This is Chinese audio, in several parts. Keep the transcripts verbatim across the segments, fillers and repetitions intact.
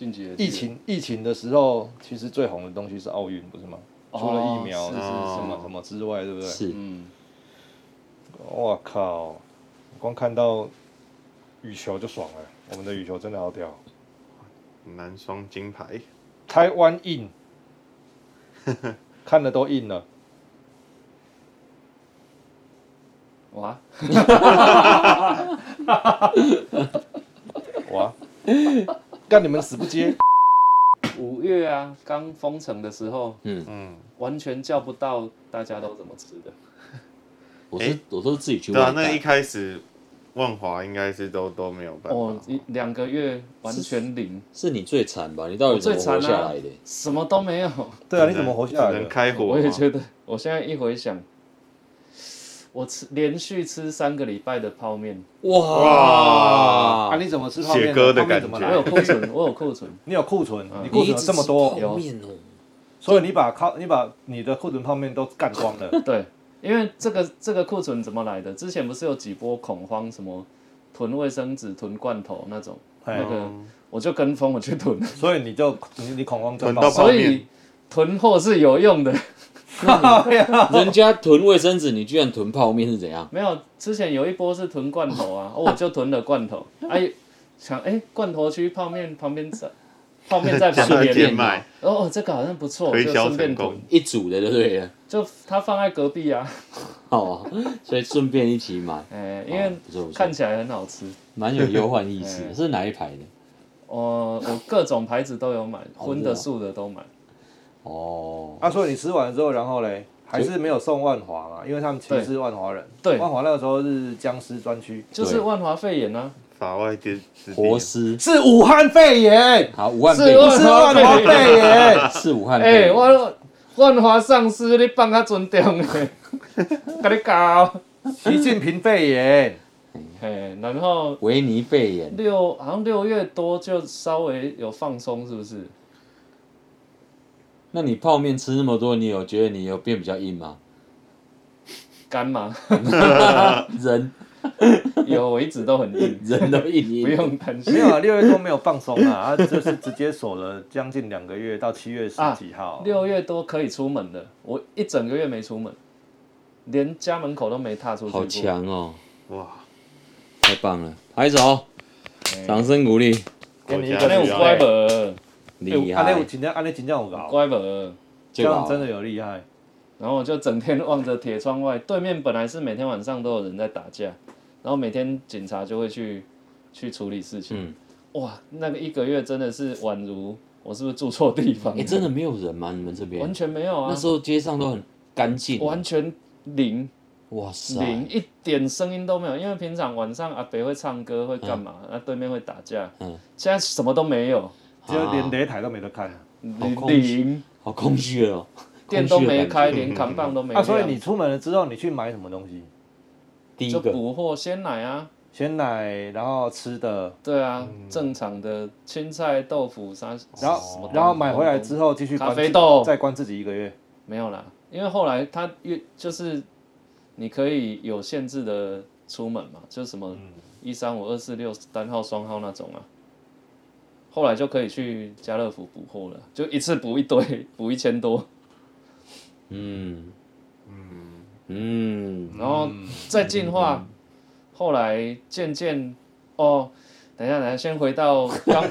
晋级的疫情疫情的时候，其实最红的东西是奥运，不是吗？ 哦、 除了疫苗是是是什么什么之外，对不对？ 是。 嗯。 我靠，光看到羽球就爽了，我们的羽球真的好屌。 男双金牌， 台湾硬，看了都硬了。 哇！ 哇！干你们死不接！ 五月啊，刚封城的时候， 嗯嗯， 完全叫不到大家都怎么吃的。 我是、欸、我都是自己去对啊， 外带。 那一开始万华应该是都都没有办法。 哦，两个月完全零。 是, 是你最惨吧？你到底怎么活下来的？ 啊、什么都没有。 对啊，你怎么活下来的？ 只能开火。 我也觉得，我现在一回想。我吃连续吃三个礼拜的泡面， 哇！啊，你怎么吃泡面？ 写歌的感觉。 我有库存，我有库存。 你有库存，你库存有这么多， 泡面哦。 所以你把靠你把你的库存泡面都干光了。 对，因为这个这个库存怎么来的？之前不是有几波恐慌，什么囤卫生纸、囤罐头那种，那个我就跟风我去囤。 所以你就你你恐慌囤到所以囤货是有用的。 人家囤卫生纸，你居然囤泡面是怎样？ 没有，之前有一波是囤罐头啊，我就囤了罐头。哎，想哎，罐头区泡面旁边在，泡面在旁边卖。 哦，这个好像不错， 推销成成功。 一组的就对了。 就他放在隔壁啊。 哦，所以顺便一起买。 哎，因为看起来很好吃， 蛮有忧患意识。是哪一排的？ 哦，我各种牌子都有买，荤的素的都买。 哦， 啊，所以你吃完之后，然后嘞，还是没有送万华嘛，因为他们歧视万华人。 对， 万华那个时候是僵尸专区， 就是万华肺炎啊， 法外之地。 活尸是武汉肺炎， 好，武汉肺炎是万华肺炎， 是武汉肺炎。 哎，我万华丧尸，你放较尊重的，跟你搞。 习近平肺炎， 嘿，然后维尼肺炎， 六好像六月多就稍微有放松，是不是？ 那你泡面吃那么多，你有觉得你有变比较硬吗？ 干吗？ 人有，我一直都很硬， 人都硬硬， 不用担心。 没有啊，六月多没有放松啊，他就是直接锁了将近两个月到七月十几号。 六、啊、月多可以出门的，我一整个月没出门，连家门口都没踏出去过。 好强哦！ 哇， 太棒了，拍手，掌声鼓励。 给你一个有乖本。 厉害！ 安尼有真正安尼真正有搞， 乖本， 这样真的有厉害。 然后我就整天望着铁窗外，对面本来是每天晚上都有人在打架，然后每天警察就会去去处理事情。嗯、哇，那个一个月真的是宛如我是不是住错地方？ 哎、欸，真的没有人吗？你们这边完全没有啊！ 那时候街上都很干净， 完全零。 哇塞， 零一点声音都没有，因为平常晚上阿北会唱歌会干嘛？那、嗯、对面会打架。嗯，现在什么都没有。 就连擂台都没得看， 零， 好空虚哦， 店都没开，连扛棒都没。 啊，所以你出门了之后，你去买什么东西？ 第一个就补货，鲜奶啊， 鲜奶，然后吃的。 对啊，嗯、正常的青菜、豆腐啥， 然后然后买回来之后继续咖啡豆， 再关自己一个月。 没有啦，因为后来他越就是你可以有限制的出门嘛，就什么一三五二四六单号双号那种啊。后来就可以去家乐福补货了，就一次补一堆，补一千多。 嗯嗯嗯， 然后再进化，嗯、后来渐渐哦，等一下，等一下，先回到刚，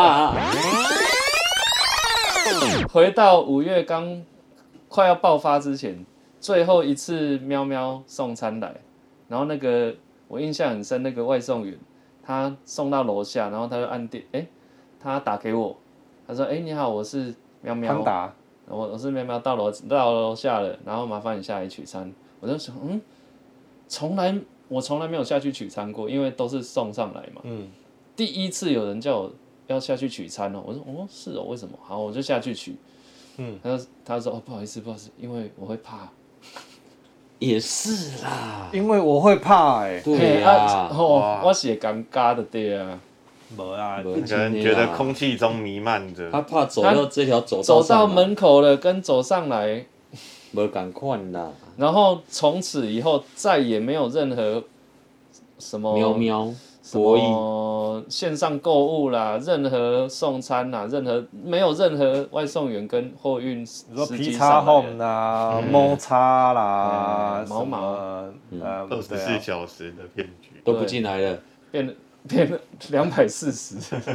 回到五月刚快要爆发之前，最后一次喵喵送餐来，然后那个我印象很深，那个外送员他送到楼下，然后他就按电，哎。他打给我，他说：“哎、欸，你好，我是喵喵。” 潘达， 我我是喵喵，到楼到楼下了，然后麻烦你下来取餐。我就想，嗯，从来我从来没有下去取餐过，因为都是送上来嘛。嗯。第一次有人叫我要下去取餐哦，我说哦是哦，为什么？好，我就下去取。嗯。他就他说哦不好意思不好意思，因为我会怕。 也是啦， 因为我会怕哎、欸。 对啊。 哦，我是尴尬的对啊。 没啊， 可能觉得空气中弥漫着， 他怕走到这条走道走到门口了，跟走上来， 没赶快啦。 然后从此以后再也没有任何什么喵喵什么线上购物啦，任何送餐啦，任何没有任何外送员跟货运司你说机皮叉上来 home 啦、猫叉啦、 嗯毛毛呃呃二十四小时的骗局， 都不进来了。 变了变了两百四十，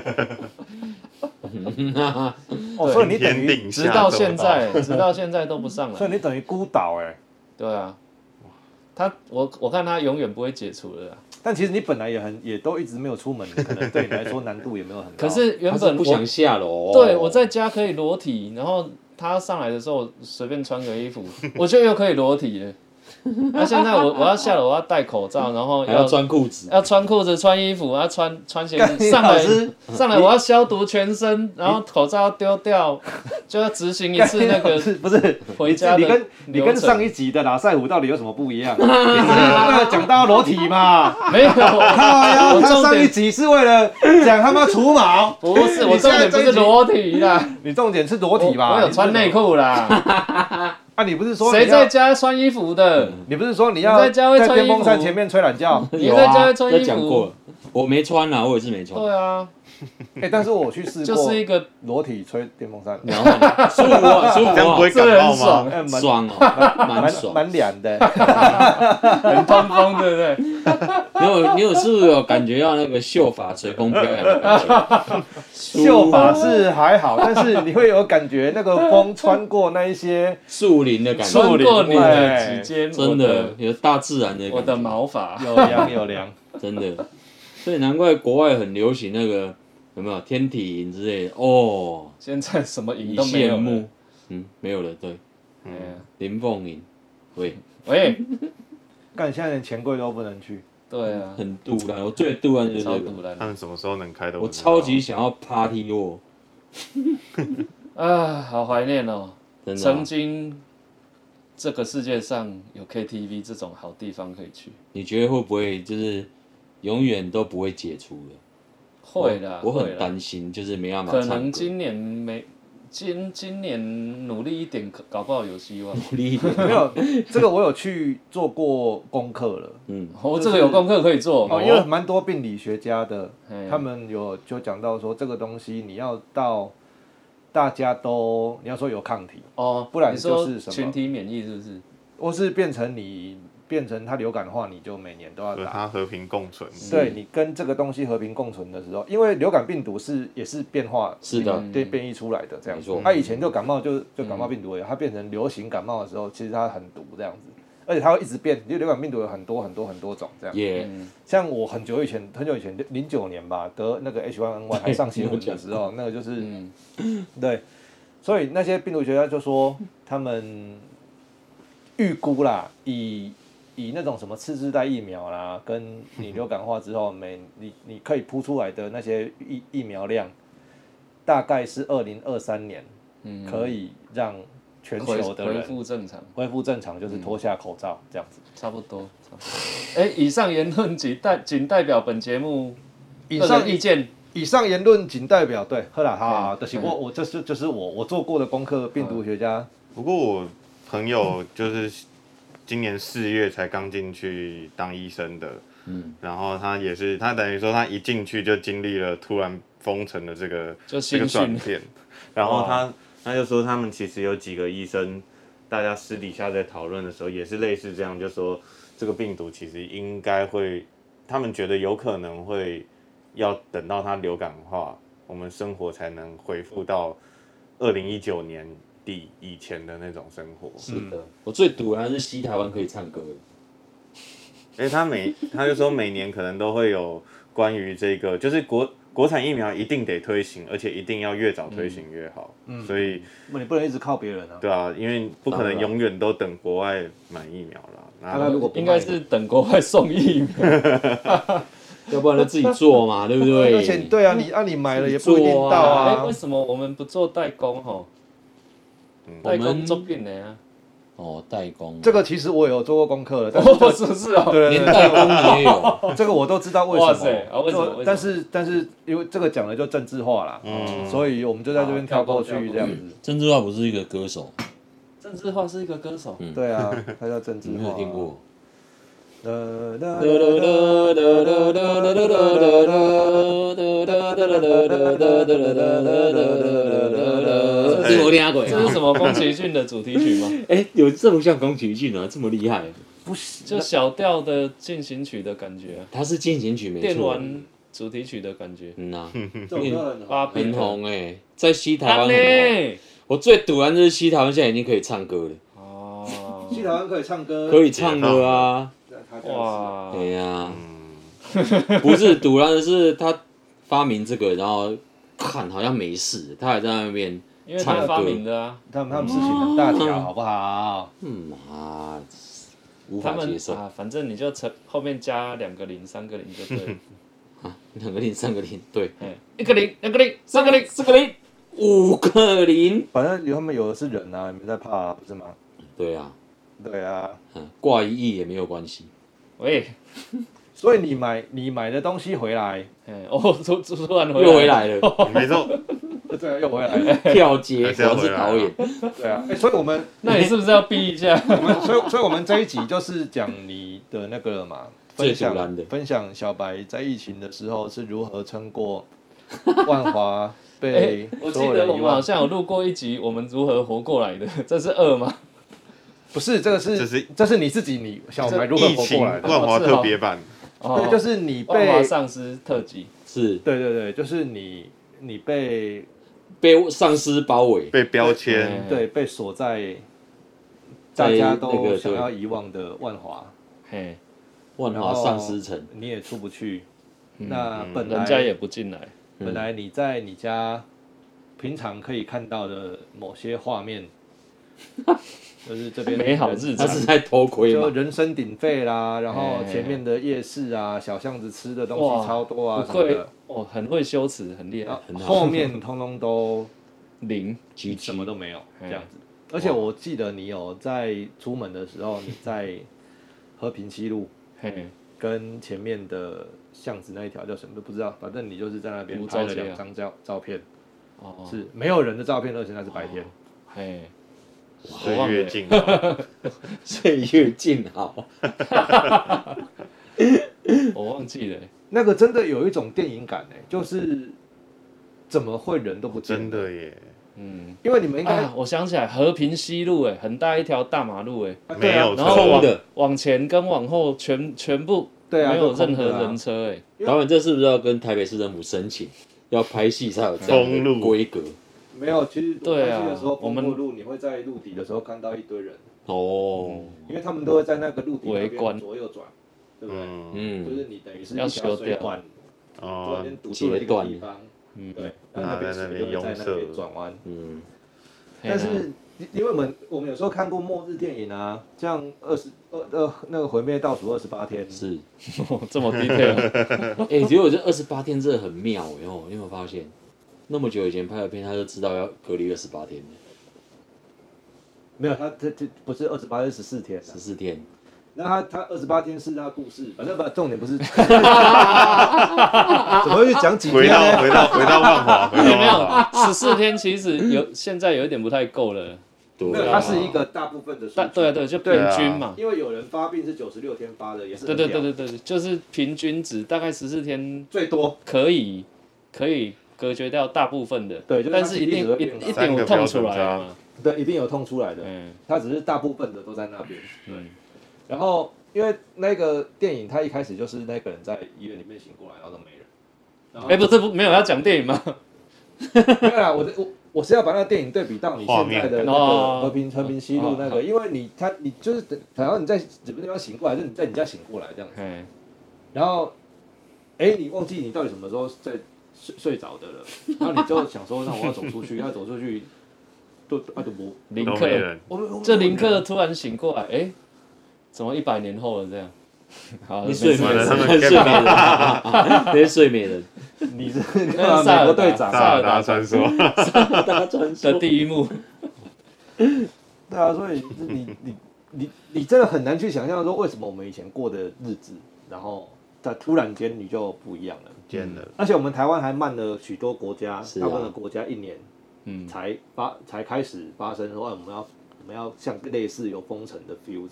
哦，所以你等于， 天顶下直到现在，直到现在都不上来。 所以你等于孤岛哎。 对啊，他我我看他永远不会解除的啦。 但其实你本来也很也都一直没有出门，可能对你来说难度也没有很高。 可是原他本我是不想下楼。 对我在家可以裸体，然后他上来的时候随便穿个衣服，我就又可以裸体了。那、现在我我要下楼，我要戴口罩，然后还要穿裤子， 要穿裤子、穿衣服，要穿穿鞋干子，上来老师上来我要消毒全身，然后口罩要丢掉，就要执行一次那个不是回家的你跟你流程跟上一集的拉塞虎到底有什么不一样？你是为了讲到裸体嘛？ 没有， 靠呀！他我重点上一集是为了讲他妈除毛， 不是我重点不是裸体啦， 你重点是裸体吧？ 我我有穿内裤啦。 啊！你不是说谁在家穿衣服的？ 你不是说你要你在家会穿衣服电风扇前面吹懒觉？ 你在家会穿衣这讲过了服？， 我没穿啊，我也是没穿。 对啊， 哎，但是我去试过， 就是一个裸体吹电风扇， 然后呢舒服啊，舒服啊这样不会，感冒吗？ 爽哎蛮爽哦，蛮蛮爽。 蛮凉的。 很通风，对不对？ 你有你有是不是有感觉到那个秀发随风飘扬的感觉？ 秀发是还好，但是你会有感觉那个风穿过那一些， 树林的感穿觉， 过你的指尖， 真的有大自然的我的感觉， 毛发， 有凉有凉。 真的。所以难怪国外很流行那个有没有天体营之类的哦， 现在什么营一都没有了。 羡慕。嗯，没有了，对， 哎呀林凤营，喂， 喂， 干，现在连钱柜都不能去。 对啊， 很杜烂，我最杜烂就是超这个， 毒烂他们什么时候能开都我不知道超级想要 party 哦， 啊，好怀念哦！ 真的啊曾经这个世界上有 K T V 这种好地方可以去， 你觉得会不会就是永远都不会解除了？ 会啦， 我很会啦担心，就是没办法可唱歌。 能今年没今今年努力一点，可搞不好有希望。 努力一点， 没有这个，我有去做过功课了。 嗯， 哦，这个有功课可以做。 哦，因为蛮多病理学家的， 嘿他们有就讲到说，这个东西你要到大家都你要说有抗体， 哦， 不然你说就是什么群体免疫是不是？ 或是变成你变成它流感化，你就每年都要和打。 它和平共存。 对你跟这个东西和平共存的时候，因为流感病毒是也是变化， 是的， 对变异出来的这样子没错。 它以前就感冒就就感冒病毒而已，它变成流行感冒的时候，其实它很毒这样子，而且它会一直变，因为流感病毒有很多很多很多种这样。 也嗯， 像我很久以前很久以前零九年吧得那个 H 一 N 一还上新闻的时候，那个就是嗯对，所以那些病毒学家就说他们预估啦，以以那种什么次世代疫苗啦，跟你流感化之后，每你你可以扑出来的那些疫疫苗量，大概是二零二三年嗯可以让全恢恢球的人复正常， 恢复正常，就是脱下口罩这样子。 差不多。差不多。哎，以上言论仅代仅代表本节目个以上人意见。 以上言论仅代表对，好啦，好好，好嗯就是我我这是就是我我做过的功课，病毒学家不过我朋友就是今年四月才刚进去当医生的，嗯，然后他也是，他等于说他一进去就经历了突然封城的这个就这个新训转变，然后他他就说他们其实有几个医生，大家私底下在讨论的时候也是类似这样，就说这个病毒其实应该会，他们觉得有可能会要等到它流感化，我们生活才能恢复到二零一九年底以前的那种生活。 是的，我最堵的还是西台湾可以唱歌的， 因为他每他就说每年可能都会有关于这个，就是国国产疫苗一定得推行，而且一定要越早推行越好。嗯，所以那你不能一直靠别人啊。 对啊，因为不可能永远都等国外买疫苗啦。然后他如果不卖应该是等国外送疫苗。 要不然就自己做嘛，对不对？ 而且对啊，你啊你买了也不一定到哎， 啊为。什么我们不做代工吼？代工做病的啊。 哦，代工， 这个其实我也有做过功课了，但是哦，是不是哦？ 对对对， 连代工也有， 这个我都知道为什哇塞么。 啊为什么为什么但是但是因为这个讲的就政治化啦， 嗯所以我们就在这边跳过去好跳过这样子。 郑智化不是一个歌手， 郑智化是一个歌手。 对啊，他叫政治你没化。 有听过？ 你有听过？ 这是什么宫崎骏的主题曲吗？ 哎，有这么像宫崎骏啊？这么厉害？ 不是， 就小调的进行曲的感觉、啊， 它是进行曲没错。 电玩主题曲的感觉。 嗯呐， 这首歌八很比红哎，在西台湾很红。我最堵然就是西台湾现在已经可以唱歌了。 哦， 西台湾可以唱歌， 可以唱歌啊！ 哇， 对呀，不是堵然的是他发明这个，然后看好像没事，他还在那边因为他发明的啊， 他们他们事情很大条，好不好？ 嗯啊，无他们法接受啊，反正你就成后面加两个零、三个零就对了。 啊，两个零三个零，对， 哎，一个零，两个零，三个零， 四个零，五个零， 反正他们有的是人啊，你们在怕不是吗？ 对啊， 对啊， 嗯，挂一亿也没有关系。 喂， 所以你买你买的东西回来， 哎，哦，突突突然回又回来了， 没错， 对啊，又回来了， 跳接， 还是要果然回来啊是导演。 对啊，哎，所以我们那你是不是要避一下？ 我们所以所以我们这一集就是讲你的那个了嘛，分最突然的享分享小白在疫情的时候是如何撑过万华被我记所有人遗忘。 得我们好像有录过一集，我们如何活过来的，这是二吗？ 不是，这个是这是这是你自己你小白如何疫情活过来的。 万华特别版， 哦对，就是你万华被丧尸特辑。 是对对对，就是你你被被丧尸包围， 被标签， 嗯对被锁在在大家那都个想要遗忘的万华， 嘿， 万华丧尸城， 你也出不去。 嗯那本来人家也不进来。 本来你在你家平常可以看到的某些画面，就是这边美好日常他是在偷窥就嘛？ 人声鼎沸啦，然后哎前面的夜市啊、小巷子吃的东哇西超多啊不愧什么的， 哦，很会修辞，很厉害然。后后面通通都零， 什么都没有哎这样子。而且我记得你有在出门的时候，你在和平西路嘿， 跟前面的巷子那一条叫什么都不知道，反正你就是在那边拍了吴州街啊两张照照片， 哦， 是没有人的照片，而且那是白天。 嘿， 岁月静好， 岁月静好， 我忘记了。 那个真的有一种电影感哎，就是怎么会人都不见真的耶， 嗯， 因为你们应该啊，我想起来，和平西路，哎，很大一条大马路，哎， 没有然后错往的往前跟往后全全部对啊没有都空的啊任何人车，哎， 导演这是不是要跟台北市政府申请，要拍戏才有这样的封路规格？ 没有，其实对啊我拍戏的时候， 我们封过路，你会在路底的时候看到一堆人， 哦， 因为他们都会在那个路底那围观边左右转，对不对？ 嗯， 就嗯， 是你等于是要一条修掉水管突然哦， 间堵住了一个地方， 嗯， 对，然后那边水就会在那边转弯。 嗯， 嘿啊但是因为我们我们有时候看过末日电影啊，像二十二呃那个毁灭倒数二十八天， 是。 哦这么 detail， 哎，结果这二十八天真的很妙哎哦，你有没有发现？那么久以前拍的片，他就知道要隔离二十八天， 没有他这这不是二十八是十四天十四天。 那他他二十八天是他故事，反正不重点不是，怎么会去讲几回天呢？ 到回到回到万华，回到有没万华， 有十四天？其实有现在有一点不太够了， 对没有，它是一个大部分的数据。 但对啊对，就平均嘛。 因为有人发病是九十六天发的，也是对很屌对对对对，就是平均值，大概十四天最多。 可以可以隔绝掉大部分的， 对就是它但是一定一比例只会变高一定有痛出来的嘛， 对，一定有痛出来的， 嗯它只是大部分的都在那边。 嗯， 然后因为那个电影，它一开始就是那个人在医院里面醒过来，然后都没人。然后哎，不是不没有要讲电影吗？ 没有啦，我的我我是要把那个电影对比到你现在的那哦个和平和平西路那哦个，因为你他你就是等，好像你在什么地方醒过来，就是你在你家醒过来这样子。 哎， 然后，哎，你忘记你到底什么时候在睡睡着的了，然后你就想说，那我要走出去，要走出去，都啊都不， 林克， 都没人， 我们这林克突然醒过来，哎，怎么一百年后了这样？好， 你睡美人， 他们睡美人，那些睡美人， 你是那是萨尔达美国队长， 萨尔达传说， 大传的说。 第一幕， 对啊，所以你你你你真的很难去想象说为什么我们以前过的日子，然后在突然间你就不一样了。 见了， 而且我们台湾还慢了许多国家， 是啊大部分的国家一年嗯， 才发才开始发生说，哎，我们要我们要像类似有封城的 feel 这样。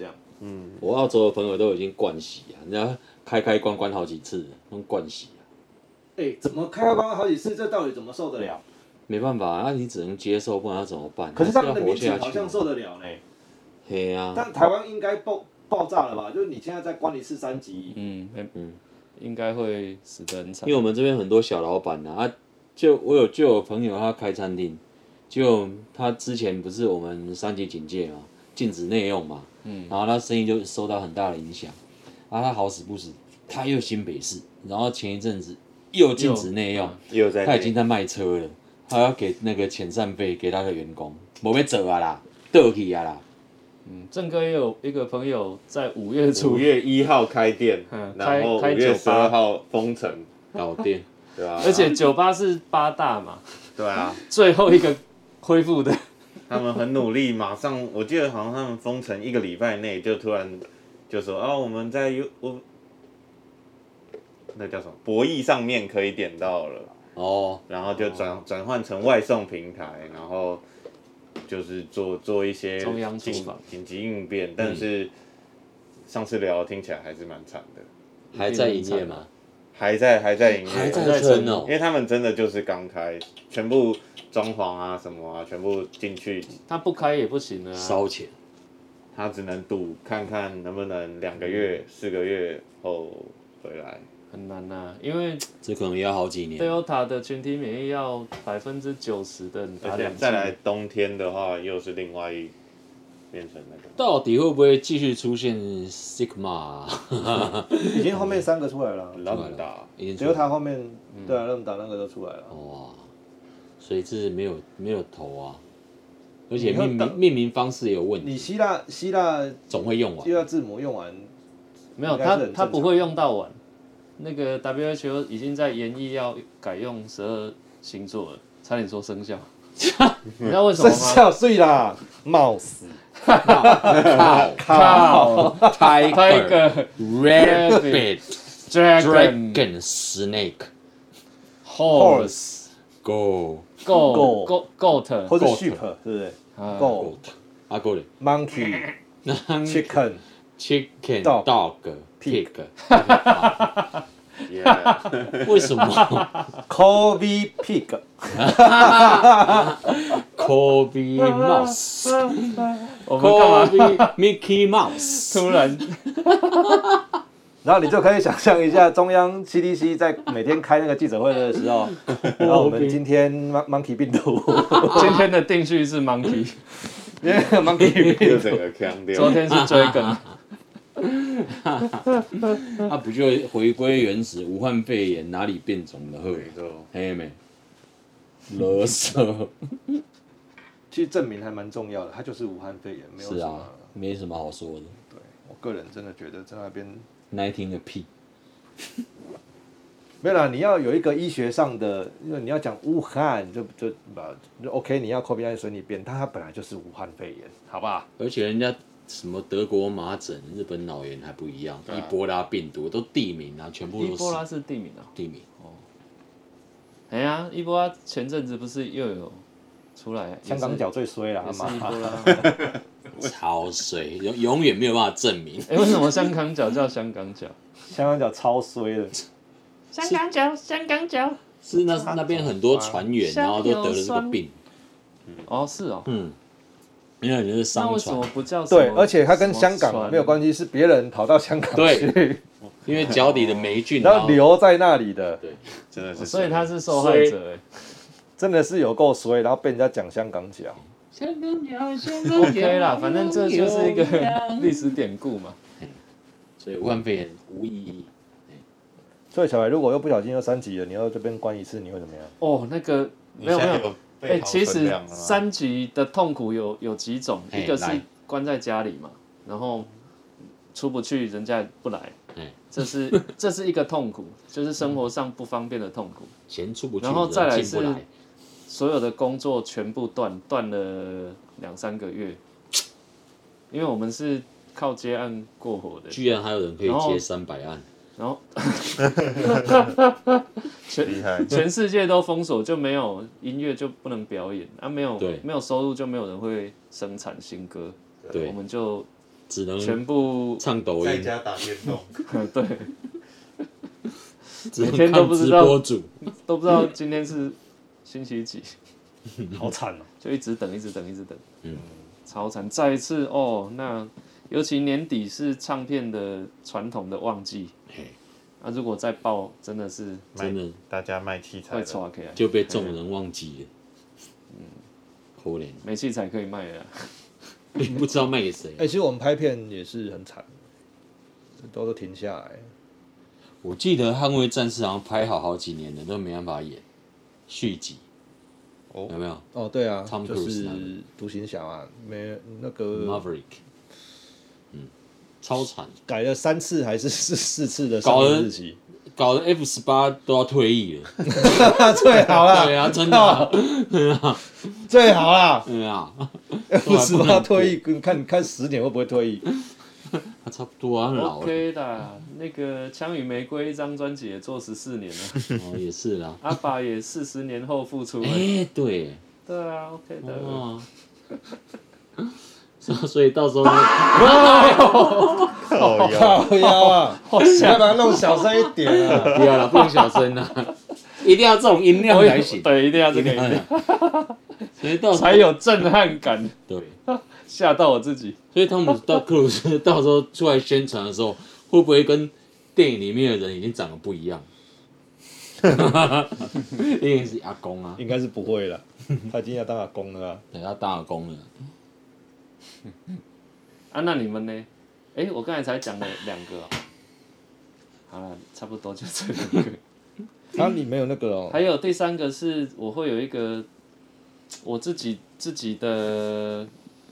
嗯，我澳洲的朋友都已经惯习啊，人家开开关关好几次，那种惯习啊。 哎、欸，怎么开开关关好几次，这到底怎么受得了？ 没办法，那、啊、你只能接受，不然要怎么办？ 可是他们的民情好像受得了呢。 嘿啊。 但台湾应该爆爆炸了吧？就是你现在再关一次三级， 嗯嗯，应该会死得很惨。 因为我们这边很多小老板啊，啊就我有就有朋友他开餐厅，就他之前不是我们三级警戒嘛，禁止内用嘛，嗯，然后他生意就受到很大的影响，啊，他好死不死，他又新北市，然后前一阵子又禁止内用， 又在他已经在卖车了，他要给那个遣散费给他的员工，没要做啊啦，倒去啊啦。 嗯，郑哥也有一个朋友在五月初， 五月一号开店， 嗯、 然后五开月十二号封城老店， 对吧、啊？ 而且酒吧是八大嘛， 对啊， 最后一个恢复的。 他们很努力，马上我记得好像他们封城一个礼拜内就突然就说啊，我们在 U 我那叫什么博弈上面可以点到了哦， 然后就转转换成外送平台，然后就是做做一些中央厨紧房紧急应变，但是上次聊听起来还是蛮惨的， 还在营业吗？ 还在还在营业， 还在撑哦因，为他们真的就是刚开，全部装潢啊什么啊，全部进去， 他不开也不行啊。 烧钱。 他只能赌看看能不能两个月、四个月后回来。 很难呐、啊，因为这可能要好几年。 Delta 的群体免疫要百分之九十的人打而且两剂再来冬天的话，又是另外一变成那个。 到底会不会继续出现 Sigma？、啊、 已经后面三个出来了， 那么大， 只有他后面对啊，那么大那个都出来了。 哇，所以这是没有没有头啊，而且命名命名方式也有问题。 你希腊希腊总会用完， 希腊字母用完， 没有他他不会用到完。那个 W H O 已经在研议要改用十二星座了，差点说生肖。你知道为什么吗？ 生肖碎啦，冒死！ 靠靠 Tiger Rabbit Dragon Dragon Snake Horse Go Goat Goat Goat 或者 Sheep 是不是 Goat 啊 Go 嘞 Monkey Chicken Chicken Dog Dog Pig 为什么 Kobe Pig Kobe Mouse 我们干嘛 Mickey Mouse 突然然后你就可以想象一下，中央 C D C 在每天开那个记者会的时候，然后我们今天 Monkey 病毒， 今天的定序是 Monkey， 因为 Monkey 病就毒整个强调。 昨天是 Dragon， 他不就回归原始？武汉肺炎哪里变种了？ 没错， 嘿没，垃圾。 其实证明还蛮重要的，它就是武汉肺炎，没有什么。 是啊，没什么好说的。 对我个人真的觉得在那边。 nineteen 个屁， 没有啦，你要有一个医学上的，因为你要讲武汉，就就把就 OK， 你要 COVID 随你便，但它本来就是武汉肺炎，好不好？ 而且人家什么德国麻疹、日本脑炎还不一样，伊波拉病毒都地名啊，全部都是。 伊波拉是地名啊。 地名。 哦。哎呀，伊波拉前阵子不是又有出来？ 香港脚最衰啦， 也是伊波拉。 超衰，永永远没有办法证明。 哎、欸，为什么香港脚叫香港脚？ 香港脚超衰的。 香港脚，香港脚。 是那那边很多船员，然后都得了这个病。 哦，是哦。 嗯。因为你是商船。 那为什么不叫？ 对，而且它跟香港没有关系，是别人跑到香港去。 因为脚底的霉菌， 然后留在那里的。 对， 真的是。 所以他是受害者哎。 真的是有够衰，然后被人家讲香港脚。 香港脚，香港脚。 OK 啦，反正这就是一个历史典故嘛。 所以武汉肺炎无意义。 所以小白，如果又不小心又三级了，你要这边关一次，你会怎么样？ 哦，那个没有没有，哎、欸，其实三级的痛苦有有几种，一个是关在家里嘛，然后出不去，人家不来，这是这是一个痛苦，就是生活上不方便的痛苦。 钱出不去， 然后再来是所有的工作全部断断了两三个月，因为我们是靠接案过活的。 居然还有人可以接三百案， 然后全全世界都封锁，就没有音乐就不能表演啊，没有没有收入就没有人会生产新歌， 对， 我们就只能全部唱抖音， 在家打电动， 对， 只能每天都看直不知道播主。 都不知道今天是星期几， 好惨哦。 就一直等，一直等，一直等， 嗯， 超惨。再一次哦，那尤其年底是唱片的传统的旺季， 嘿， 啊，如果再爆，真的是真的大家卖器材会的， 抓起来， 就被众人忘记了。嗯，可怜， 没器材可以卖了啦。 不知道卖给谁哎、。其实我们拍片也是很惨，都都停下来。 我记得《捍卫战士》好像拍好好几年了，都没办法演续集。 哦有没有哦，对啊 Tom 就 Cruise 是那个独行侠啊，没那个 ？Maverick，嗯，超惨， 改了三次还是四四次的搞得上映日期， 搞得 F 十八都要退役了。 最好啦， 对啊，真的啊， 最好啦。 对啊， F 十八退役，跟看看十年会不会退役？ 他差不多啊，很老了。 OK 的，那个《枪与玫瑰》一张专辑也做十四年了， 哦，也是啦。 阿爸也四十年后复出了。 哎，对， 对啊，OK 的。 哇，所所以到时候靠腰， 靠腰啊！你要把它弄小声一点啊！ 不要了，不能小声啊，一定要这种音量才行。 对，一定要这个音一定量， 要所以到时候才有震撼感， 对， 吓到我自己。 所以汤姆到克鲁斯到时候出来宣传的时候，会不会跟电影里面的人已经长得不一样？因为是阿公啊， 应该是不会了，他已经要当阿公了啊。 对，他当阿公了。 啊，那你们呢？哎，我刚才才讲了两个哦。好了，差不多就这两个。 啊，你没有那个哦？ 还有第三个是，我会有一个我自己自己的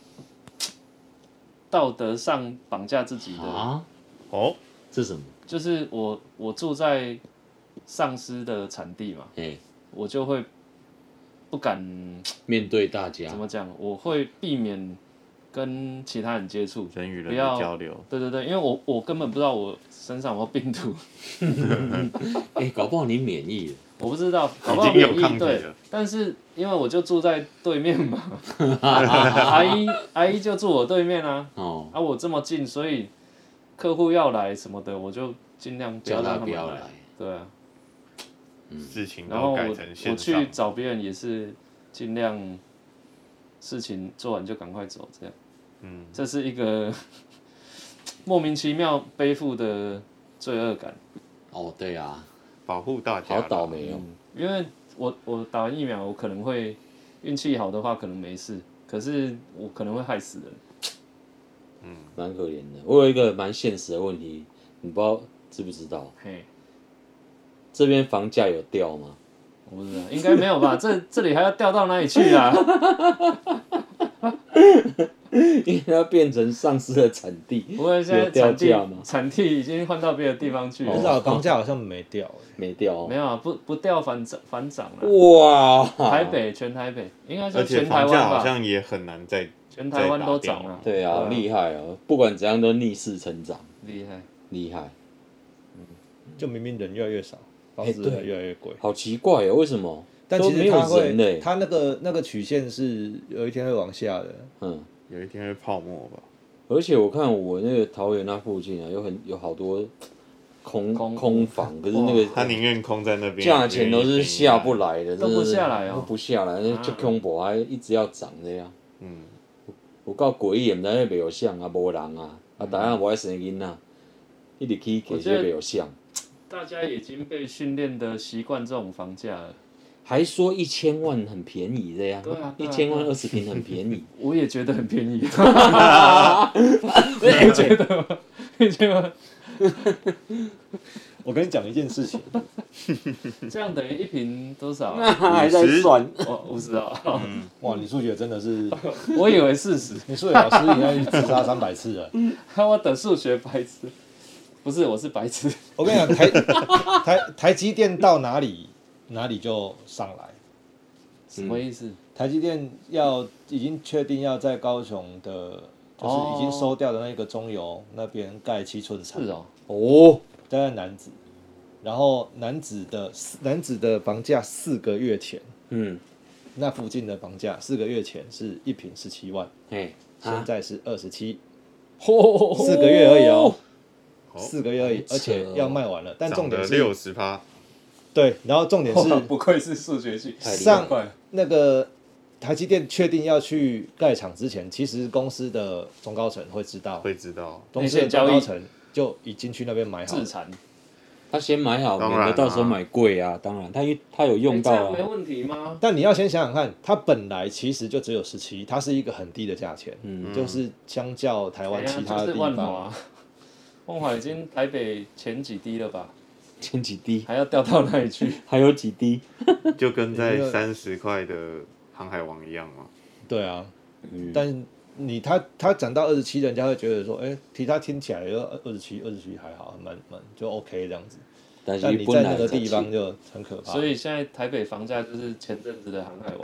道德上绑架自己的， 啊？ 哦， 这什么？ 就是我我住在丧尸的产地嘛， 哎， 我就会不敢面对大家怎，么讲，我会避免跟其他人接触， 人与人不要的交流， 对对对，因为我我根本不知道我身上有没有病毒， 哎，搞不好你免疫了。 我不知道，搞不好已经有免疫对抗体了， 但是因为我就住在对面嘛，阿姨阿姨就住我对面啊， 哦， 啊我这么近，所以客户要来什么的，我就尽量不要叫他让他们来， 不要来。 对啊， 事情然后我都改成我线上去，找别人也是尽量事情做完就赶快走，这样， 嗯， 这是一个莫名其妙背负的罪恶感。 哦，对啊， 保护大家好啦， 倒霉哦。 因为我我打完疫苗，我可能会运气好的话可能没事，可是我可能会害死人。 蛮可怜的。我有一个蛮现实的问题，你不知道知不知道？ 嘿， 这边房价有掉吗？ 我不知道，应该没有吧？这这里还要调到哪里去啊？ 因为它变成丧尸的产地， 不过现在有掉产地价吗？ 产地已经换到别的地方去了。 不知道房价好像没掉欸。 没掉哦。 没有啊，不不调反涨反涨了。 哇！ 台北全台北应该而说全台且房价湾吧， 好像也很难再全台湾都涨了。 对啊，厉害哦！不管怎样都逆势成长， 厉害。 厉害。 就明明人越来越少，房子哎对越来越贵。 好奇怪哦，为什么？ 但其都没有实它会人嘞， 它那个那个曲线是有一天会往下的。 嗯。 有一天会泡沫吧？ 而且我看我那个桃园那附近啊，有很有好多空空空房，可是那个他宁愿空在那边， 价钱都是下不来的， 都不下来哦都不下来，那就恐怖，还一直要涨这样。 嗯， 有够诡异，毋知迄袂有相啊，无人啊，啊，大家无爱生囡仔，一直去其实袂有相。 大家已经被训练的习惯这种房价了。 还说一千万很便宜这样， 对啊对啊一千万二十平很便宜。 我也觉得很便宜。你觉得吗？你觉得吗？ 我跟你讲一件事情， 这样等于一瓶多少啊？ 还在算， 我不知道， 哇，你数学真的是， 我以为四十。 你数学老师应该去自杀三百次了。 我的数学白痴，不是，我是白痴。 我跟你讲，台台台积电到哪里哪里就上来。 什么意思？ 台积电要已经确定要在高雄的，就是已经收掉的那个中油那边盖七寸厂。 是哦。 哦， 在南子，然后南子的南子的房价四个月前， 嗯， 那附近的房价四个月前是一平十七万， 嘿， 现在是二十七， 四个月而已哦，四个月而已，而且要卖完了。但重点是六十趴， 对，然后重点是不愧是数学系， 上那个台积电确定要去盖厂之前，其实公司的中高层会知道， 会知道， 公司的中高层就已经去那边买好自产。 他先买好，免当然啊得到时候买贵啊。当然，他他有用到啊欸这样没。问题吗？ 但你要先想想看，它本来其实就只有十七，它是一个很低的价钱，嗯，就是相较台湾其他的地就是万方， 华，万华已经台北前几低了吧？ 前几滴， 还要掉到哪里去？ 还有几滴。 就跟在三十块的航海王一样嘛。 对啊， 嗯但你他他讲到二十七，人家会觉得说，哎、其他听起来就二十七，二十七还好，蛮蛮就 OK 这样子。 但是但你在那个本来才地方就很可怕。 所以现在台北房价就是前阵子的航海王。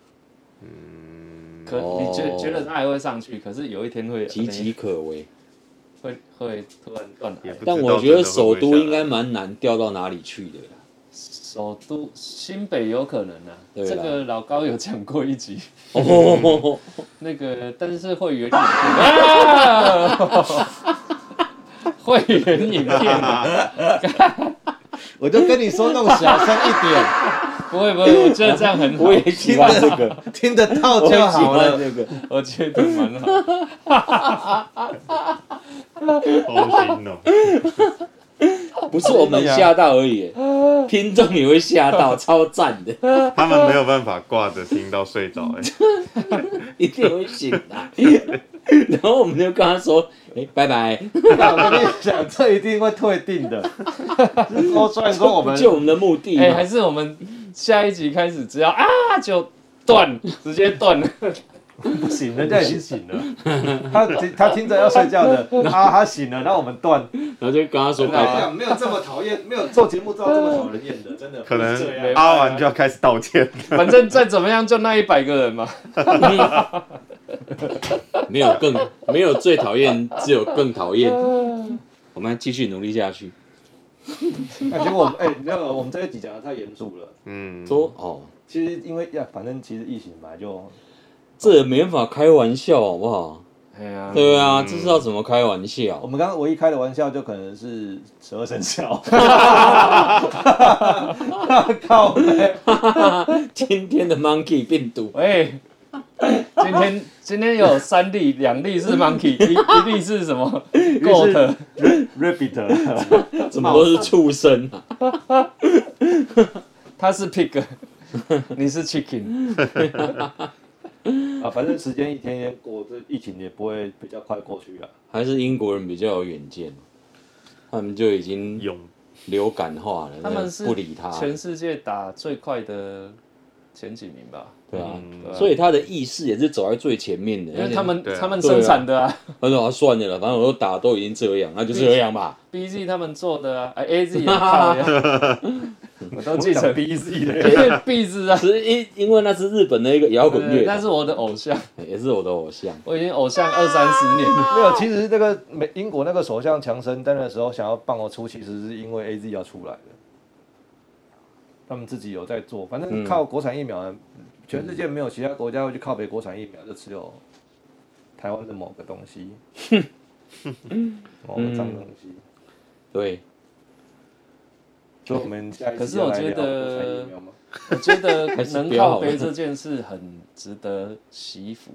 嗯，可哦你觉觉得它还会上去？可是有一天会岌岌可危。 会会突然断崖。 也不知道但我觉得真的会不会下来首都应该蛮难调到哪里去的啦。 首都新北有可能啊， 对啦这个老高有讲过一集， 哦， 那个但是会员影片啊，会员影片啊， 我就跟你说弄小声一点， 不会不会，我觉得这样很好， 我也喜欢这个， 听得到就我也喜好了。 欢这个。 我觉得蛮好。 好心哦。 不是我们吓到而已，听众也会吓到，超赞的， 他们没有办法挂着听到睡着哎、 一定会醒来。然后我们就跟他说：“哎、拜拜。 我跟你讲，这一定会退订的。说虽然说我”们就我们的目的嘛。 哎、还是我们下一集开始，只要啊就断，直接断了。 不行，人家已经醒了，他他听着要睡觉的，啊，他醒了，那我们断。 然后就跟他说拜拜。 讲没有这么讨厌，没有做节目做到这么讨人厌的，真的。 可能不是这样阿完就要开始道歉。 反正再怎么样，就那一百个人嘛。 没有更没有最讨厌，只有更讨厌。我们继续努力下去。 哎，结果我们哎，你知道我们这一集讲的太严肃了。 嗯， 说哦， 其实因为呀，反正其实疫情本来就这也没法开玩笑，好不好？ 哎呀， 对啊，这是要怎么开玩笑我？们刚刚唯一开的玩笑就可能是十二生肖。靠北！ 今天的 monkey 病毒， 喂，今天今天有三例，两例是 monkey，一一例是什么 goat， Rabbit， 怎么都是畜生啊？ 他是 pig，你是 chicken。 啊，反正时间一天一天过，这疫情也不会比较快过去啊。 还是英国人比较有远见，他们就已经勇流感化了， 他们是不理他。 全世界打最快的前几名吧？ 对啊， 对啊所以他的意识也是走在最前面的。 因为他们对啊他们生产的啊他说啊，算了啦，反正我都打都已经这样，那就这样吧。 ，B Z 他们做的啊，哎 A Z 也靠呀，我都继承 B Z 的， 因为 B Z 啊， 只是因因为那是日本的一个摇滚乐团， 那是我的偶像， 也是我的偶像。 我已经偶像二三十年了。 没有，其实那个美英国那个首相强生在那时候想要帮我出，其实是因为 A Z 要出来的，他们自己有在做，反正靠国产疫苗，全世界没有其他国家会去靠北国产疫苗，就只有台湾的某个东西，某个脏东西。 对， 所以我们下一可期是我觉要来聊国产得疫苗吗？ 我觉得还是能不要好了靠背这件事很值得惜福，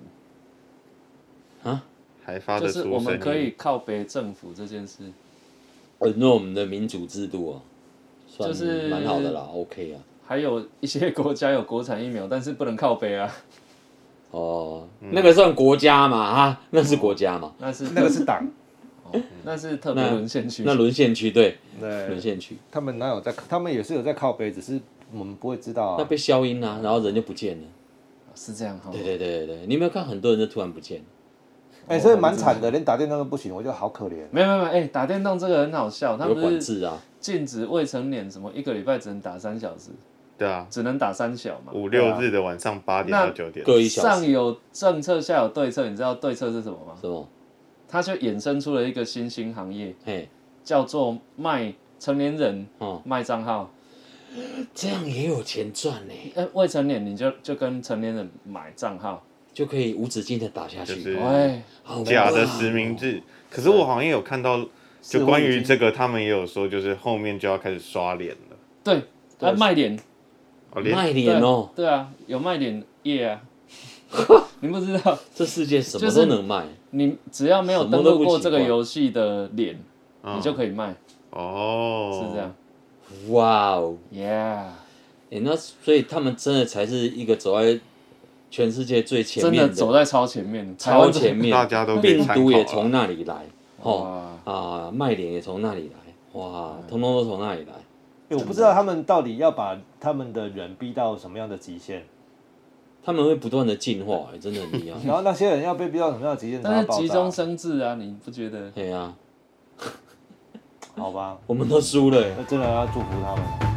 还发得就是出声我们可以音。 靠背政府这件事。 很多我们的民主制度啊，算就是蛮好的啦，OK 啊。 还有一些国家有国产疫苗，但是不能靠背啊， 哦，那个算国家嘛啊，那是国家嘛， 那是那个是党， 那是特别那沦陷区。 那沦陷区对， 对沦，陷区， 他们哪有在？他们也是有在靠北，只是我们不会知道啊。 那被消音啊，然后人就不见了。 是这样哈。 对对对对对，你有没有看很多人就突然不见了？ 哎，所以蛮惨的，连打电动都不行，我觉得好可怜。 没有没有没有，哎、打电动这个很好笑，他有们不是管制啊， 禁止未成年什么一个礼拜只能打三小时， 对啊， 只能打三小嘛。 五六日的晚上八点到九点。 各一小时。 上有政策，下有对策，你知道对策是什么吗？ 什么？ 它就衍生出了一个新兴行业， 嘿， 叫做卖成年人哦， 卖账号。 这样也有钱赚呢。 呃，未成年你就就跟成年人买账号， 就可以无止境的打下去， 就是哎， 假的实名制。可是我好像也有看到，就关于这个，他们也有说，就是后面就要开始刷脸了。 对，他卖脸， 卖脸哦， 对啊，有卖脸业啊。你不知道， 这世界什么都能卖， 你只要没有登录过这个游戏的脸，你就可以卖。 哦， 是这样。 哇哦 ，Yeah。 哎，那所以他们真的才是一个走在全世界最前面的，真的走在超前面， 超前面， 大家都病毒也从那里来， 哦啊，卖脸也从那里来，哇，通通都从那里来。 我不知道他们到底要把他们的人逼到什么样的极限。 他们会不断的进化，真的很厉害。 然后那些人要被逼到什么样的极限？ 但是急中生智啊，你不觉得？ 对啊。 好吧， 我们都输了， 那真的要祝福他们。